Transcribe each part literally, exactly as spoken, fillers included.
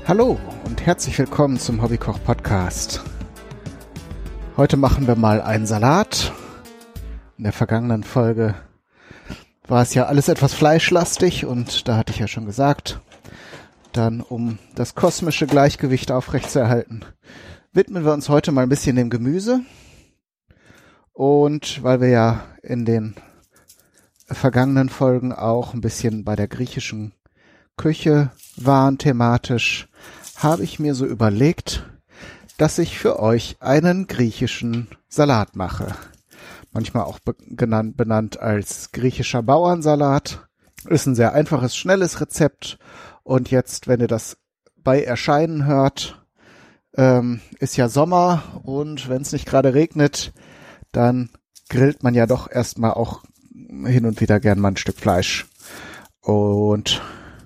Hallo und herzlich willkommen zum Hobbykoch-Podcast. Heute machen wir mal einen Salat. In der vergangenen Folge war es ja alles etwas fleischlastig und da hatte ich ja schon gesagt, dann um das kosmische Gleichgewicht aufrechtzuerhalten, widmen wir uns heute mal ein bisschen dem Gemüse. Und weil wir ja in den vergangenen Folgen auch ein bisschen bei der griechischen Küche waren thematisch, habe ich mir so überlegt, dass ich für euch einen griechischen Salat mache. Manchmal auch be- genannt, benannt als griechischer Bauernsalat. Ist ein sehr einfaches, schnelles Rezept. Und jetzt, wenn ihr das bei Erscheinen hört, ähm, ist ja Sommer und wenn es nicht gerade regnet, dann grillt man ja doch erstmal auch hin und wieder gern mal ein Stück Fleisch. Und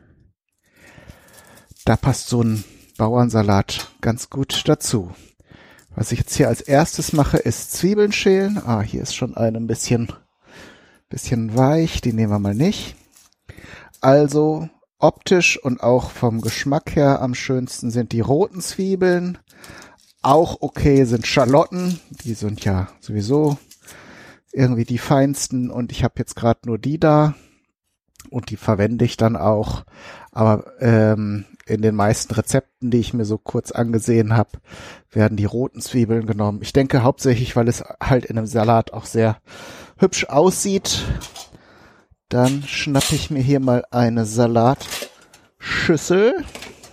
da passt so ein Bauernsalat ganz gut dazu. Was ich jetzt hier als erstes mache, ist Zwiebeln schälen. Ah, hier ist schon eine ein bisschen, bisschen weich, die nehmen wir mal nicht. Also optisch und auch vom Geschmack her am schönsten sind die roten Zwiebeln. Auch okay sind Schalotten, die sind ja sowieso irgendwie die feinsten und ich habe jetzt gerade nur die da und die verwende ich dann auch. Aber ähm, in den meisten Rezepten, die ich mir so kurz angesehen habe, werden die roten Zwiebeln genommen. Ich denke hauptsächlich, weil es halt in einem Salat auch sehr hübsch aussieht. Dann schnappe ich mir hier mal eine Salatschüssel.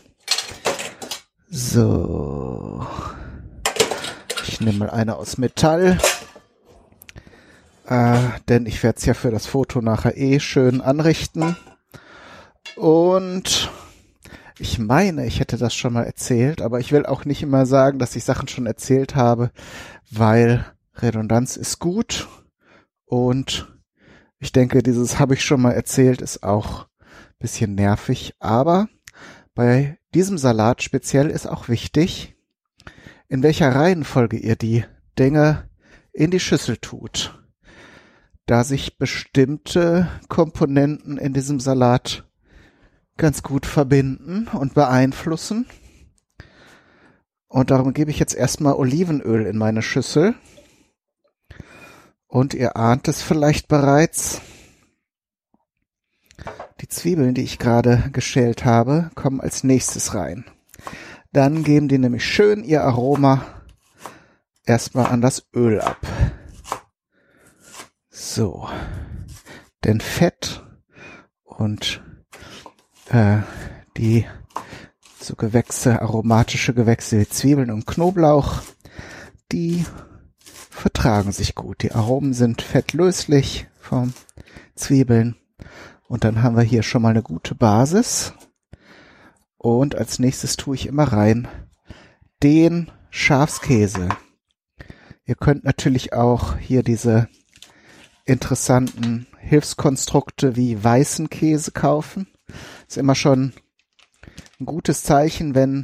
So. Ich nehme mal eine aus Metall. Äh, denn ich werde es ja für das Foto nachher eh schön anrichten. Und ich meine, ich hätte das schon mal erzählt, aber ich will auch nicht immer sagen, dass ich Sachen schon erzählt habe, weil Redundanz ist gut und ich denke, dieses habe ich schon mal erzählt, ist auch ein bisschen nervig, aber bei diesem Salat speziell ist auch wichtig, in welcher Reihenfolge ihr die Dinge in die Schüssel tut, da sich bestimmte Komponenten in diesem Salat ganz gut verbinden und beeinflussen. Und darum gebe ich jetzt erstmal Olivenöl in meine Schüssel. Und ihr ahnt es vielleicht bereits. Die Zwiebeln, die ich gerade geschält habe, kommen als nächstes rein. Dann geben die nämlich schön ihr Aroma erstmal an das Öl ab. So. Denn Fett und äh, die so Gewächse, aromatische Gewächse wie Zwiebeln und Knoblauch, die vertragen sich gut. Die Aromen sind fettlöslich vom Zwiebeln. Und dann haben wir hier schon mal eine gute Basis. Und als nächstes tue ich immer rein den Schafskäse. Ihr könnt natürlich auch hier diese interessanten Hilfskonstrukte wie weißen Käse kaufen. Ist immer schon ein gutes Zeichen, wenn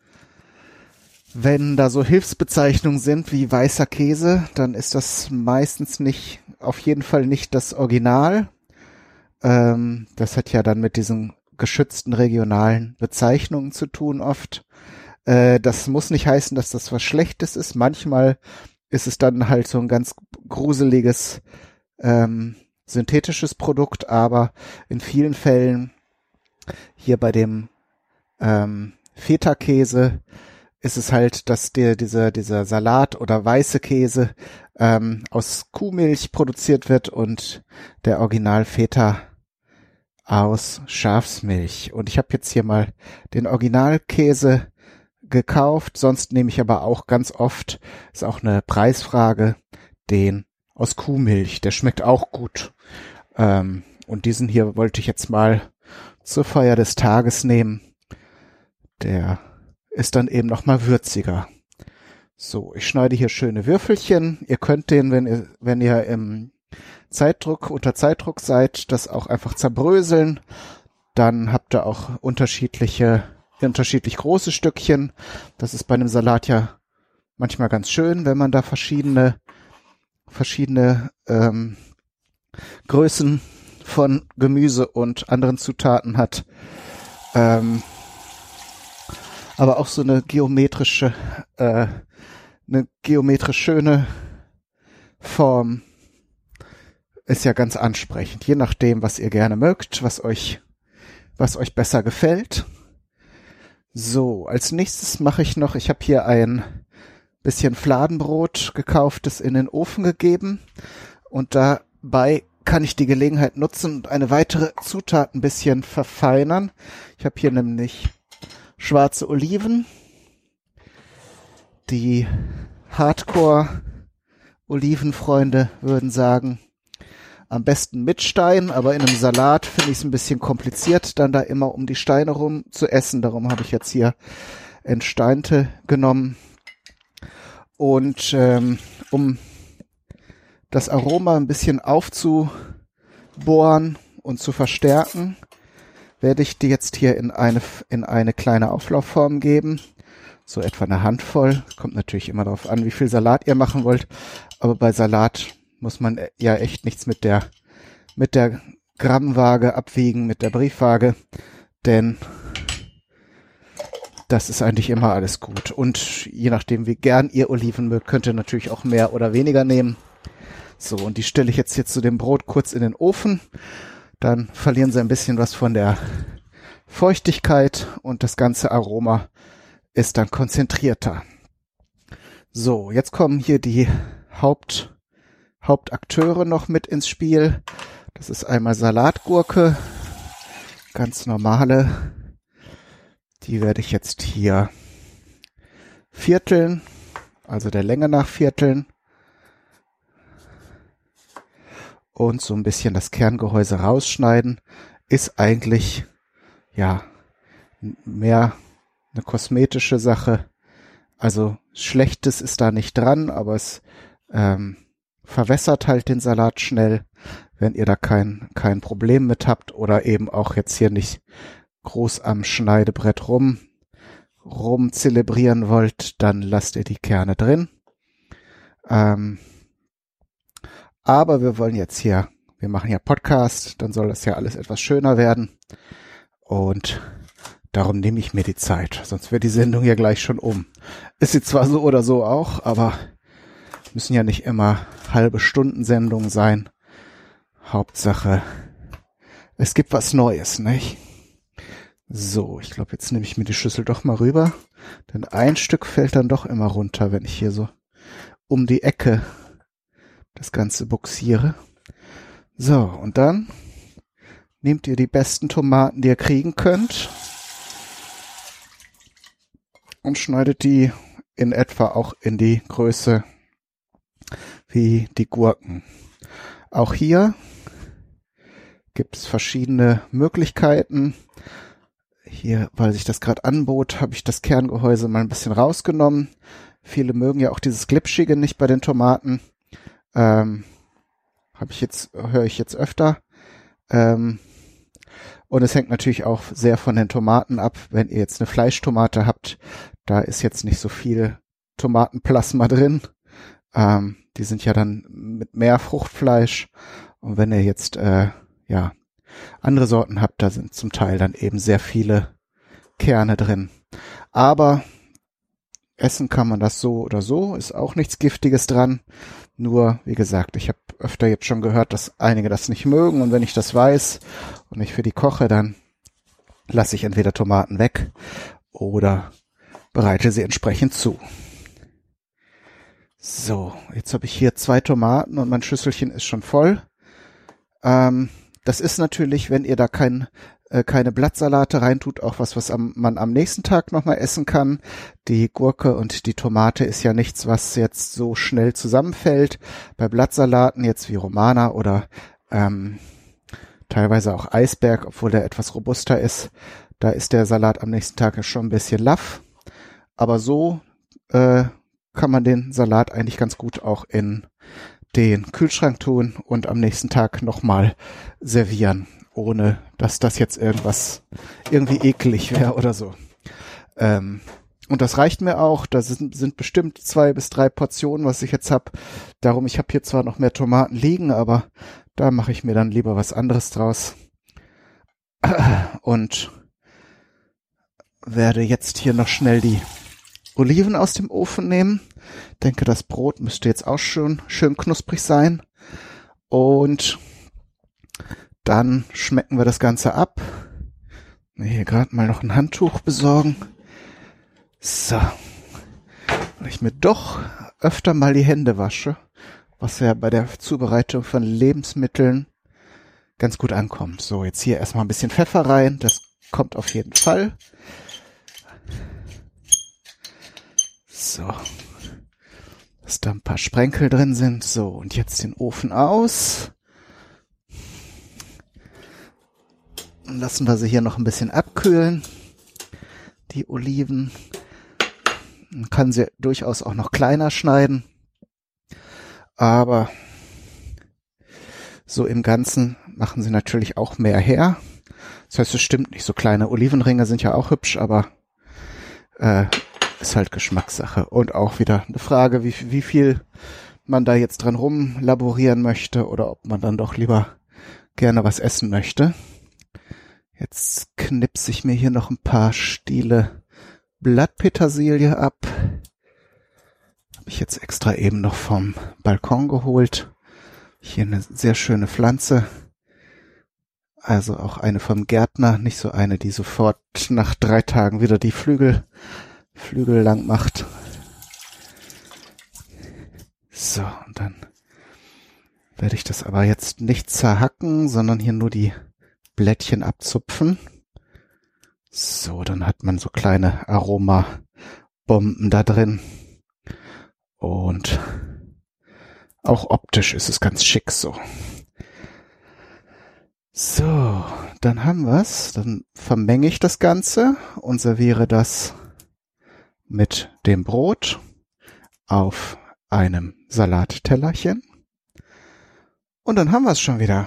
wenn da so Hilfsbezeichnungen sind wie weißer Käse, dann ist das meistens nicht, auf jeden Fall nicht das Original. Ähm, das hat ja dann mit diesen geschützten regionalen Bezeichnungen zu tun oft. Äh, das muss nicht heißen, dass das was Schlechtes ist. Manchmal ist es dann halt so ein ganz gruseliges ähm, synthetisches Produkt, aber in vielen Fällen hier bei dem ähm, Feta-Käse ist es halt, dass der dieser dieser Salat oder weiße Käse ähm, aus Kuhmilch produziert wird und der Original Feta aus Schafsmilch. Und ich habe jetzt hier mal den Originalkäse gekauft, sonst nehme ich aber auch ganz oft, ist auch eine Preisfrage, den aus Kuhmilch. Der schmeckt auch gut. Ähm, und diesen hier wollte ich jetzt mal zur Feier des Tages nehmen. Der ist dann eben noch mal würziger. So, ich schneide hier schöne Würfelchen. Ihr könnt den, wenn ihr, wenn ihr im Zeitdruck, unter Zeitdruck seid, das auch einfach zerbröseln. Dann habt ihr auch unterschiedliche, unterschiedlich große Stückchen. Das ist bei einem Salat ja manchmal ganz schön, wenn man da verschiedene, verschiedene ähm, Größen von Gemüse und anderen Zutaten hat. Ähm, aber auch so eine geometrische, äh, eine geometrisch schöne Form ist ja ganz ansprechend, je nachdem, was ihr gerne mögt, was euch, was euch besser gefällt. So, als nächstes mache ich noch, ich habe hier ein bisschen Fladenbrot gekauftes in den Ofen gegeben und dabei kann ich die Gelegenheit nutzen und eine weitere Zutat ein bisschen verfeinern. Ich habe hier nämlich schwarze Oliven, die Hardcore-Olivenfreunde würden sagen, am besten mit Stein, aber in einem Salat finde ich es ein bisschen kompliziert, dann da immer um die Steine rum zu essen. Darum habe ich jetzt hier entsteinte genommen. Und ähm, um das Aroma ein bisschen aufzubohren und zu verstärken, werde ich die jetzt hier in eine, in eine kleine Auflaufform geben. So etwa eine Handvoll. Kommt natürlich immer darauf an, wie viel Salat ihr machen wollt. Aber bei Salat muss man ja echt nichts mit der, mit der Grammwaage abwiegen, mit der Briefwaage. Denn das ist eigentlich immer alles gut. Und je nachdem, wie gern ihr Oliven mögt, könnt ihr natürlich auch mehr oder weniger nehmen. So, und die stelle ich jetzt hier zu dem Brot kurz in den Ofen. Dann verlieren sie ein bisschen was von der Feuchtigkeit und das ganze Aroma ist dann konzentrierter. So, jetzt kommen hier die Haupt, Hauptakteure noch mit ins Spiel. Das ist einmal Salatgurke, ganz normale. Die werde ich jetzt hier vierteln, also der Länge nach vierteln. Und so ein bisschen das Kerngehäuse rausschneiden. Ist eigentlich, ja, mehr eine kosmetische Sache. Also Schlechtes ist da nicht dran, aber es ähm, verwässert halt den Salat schnell, wenn ihr da kein kein Problem mit habt oder eben auch jetzt hier nicht groß am Schneidebrett rum rum zelebrieren wollt, dann lasst ihr die Kerne drin. Ähm, aber wir wollen jetzt hier, wir machen ja Podcast, dann soll das ja alles etwas schöner werden und darum nehme ich mir die Zeit, sonst wird die Sendung ja gleich schon um. Ist sie zwar so oder so auch, aber müssen ja nicht immer halbe Stunden Sendungen sein. Hauptsache, es gibt was Neues, nicht? So, ich glaube, jetzt nehme ich mir die Schüssel doch mal rüber, denn ein Stück fällt dann doch immer runter, wenn ich hier so um die Ecke das Ganze buxiere. So, und dann nehmt ihr die besten Tomaten, die ihr kriegen könnt und schneidet die in etwa auch in die Größe wie die Gurken. Auch hier gibt es verschiedene Möglichkeiten. Hier, weil sich das gerade anbot, habe ich das Kerngehäuse mal ein bisschen rausgenommen. Viele mögen ja auch dieses Glitschige nicht bei den Tomaten. Ähm, habe ich jetzt, höre ich jetzt öfter. Ähm, und es hängt natürlich auch sehr von den Tomaten ab. Wenn ihr jetzt eine Fleischtomate habt, da ist jetzt nicht so viel Tomatenplasma drin. Ähm, die sind ja dann mit mehr Fruchtfleisch. Und wenn ihr jetzt, äh, ja, andere Sorten habt, da sind zum Teil dann eben sehr viele Kerne drin. Aber essen kann man das so oder so, ist auch nichts Giftiges dran. Nur, wie gesagt, ich habe öfter jetzt schon gehört, dass einige das nicht mögen. Und wenn ich das weiß und ich für die koche, dann lasse ich entweder Tomaten weg oder bereite sie entsprechend zu. So, jetzt habe ich hier zwei Tomaten und mein Schüsselchen ist schon voll. Ähm, das ist natürlich, wenn ihr da kein, äh, keine Blattsalate reintut, auch was, was am, man am nächsten Tag nochmal essen kann. Die Gurke und die Tomate ist ja nichts, was jetzt so schnell zusammenfällt. Bei Blattsalaten jetzt wie Romana oder ähm, teilweise auch Eisberg, obwohl der etwas robuster ist, da ist der Salat am nächsten Tag schon ein bisschen laff. Aber so äh, kann man den Salat eigentlich ganz gut auch in den Kühlschrank tun und am nächsten Tag nochmal servieren, ohne dass das jetzt irgendwas irgendwie eklig wäre oder so. Ähm, und das reicht mir auch. Da sind, sind bestimmt zwei bis drei Portionen, was ich jetzt habe. Darum, ich habe hier zwar noch mehr Tomaten liegen, aber da mache ich mir dann lieber was anderes draus. Und werde jetzt hier noch schnell die Oliven aus dem Ofen nehmen. Denke, das Brot müsste jetzt auch schon schön knusprig sein. Und dann schmecken wir das Ganze ab. Hier gerade mal noch ein Handtuch besorgen. So. Weil ich mir doch öfter mal die Hände wasche, was ja bei der Zubereitung von Lebensmitteln ganz gut ankommt. So, jetzt hier erstmal ein bisschen Pfeffer rein. Das kommt auf jeden Fall. So. Dass da ein paar Sprenkel drin sind. So, und jetzt den Ofen aus. Und lassen wir sie hier noch ein bisschen abkühlen. Die Oliven. Man kann sie durchaus auch noch kleiner schneiden. Aber so im Ganzen machen sie natürlich auch mehr her. Das heißt, es stimmt nicht. So kleine Olivenringe sind ja auch hübsch, aber äh, ist halt Geschmackssache. Und auch wieder eine Frage, wie, wie viel man da jetzt dran rumlaborieren möchte oder ob man dann doch lieber gerne was essen möchte. Jetzt knipse ich mir hier noch ein paar Stiele Blattpetersilie ab. Habe ich jetzt extra eben noch vom Balkon geholt. Hier eine sehr schöne Pflanze. Also auch eine vom Gärtner, nicht so eine, die sofort nach drei Tagen wieder die Flügel, Flügel lang macht. So, und dann werde ich das aber jetzt nicht zerhacken, sondern hier nur die Blättchen abzupfen. So, dann hat man so kleine Aromabomben da drin. Und auch optisch ist es ganz schick so. So, dann haben wir's. Dann vermenge ich das Ganze und serviere das mit dem Brot auf einem Salattellerchen. Und dann haben wir es schon wieder.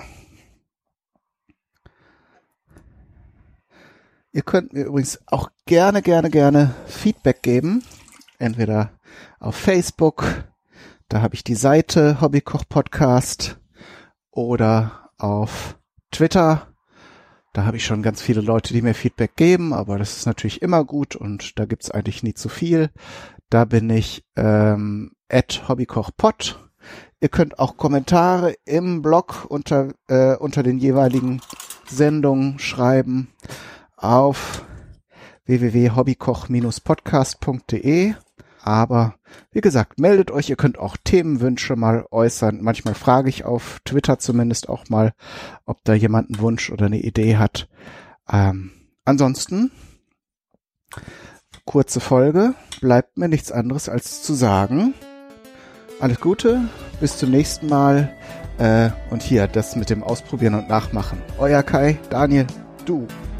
Ihr könnt mir übrigens auch gerne, gerne, gerne Feedback geben. Entweder auf Facebook, da habe ich die Seite Hobbykoch Podcast, oder auf Twitter. Da habe ich schon ganz viele Leute, die mir Feedback geben, aber das ist natürlich immer gut und da gibt's eigentlich nie zu viel. Da bin ich ähm, at hobbykochpod. Ihr könnt auch Kommentare im Blog unter äh, unter den jeweiligen Sendungen schreiben auf w w w punkt hobbykoch Bindestrich podcast punkt d e. Aber wie gesagt, meldet euch, ihr könnt auch Themenwünsche mal äußern. Manchmal frage ich auf Twitter zumindest auch mal, ob da jemand einen Wunsch oder eine Idee hat. Ähm, ansonsten, kurze Folge, bleibt mir nichts anderes als zu sagen, alles Gute, bis zum nächsten Mal. Äh, und hier, das mit dem Ausprobieren und Nachmachen. Euer Kai, Daniel, du.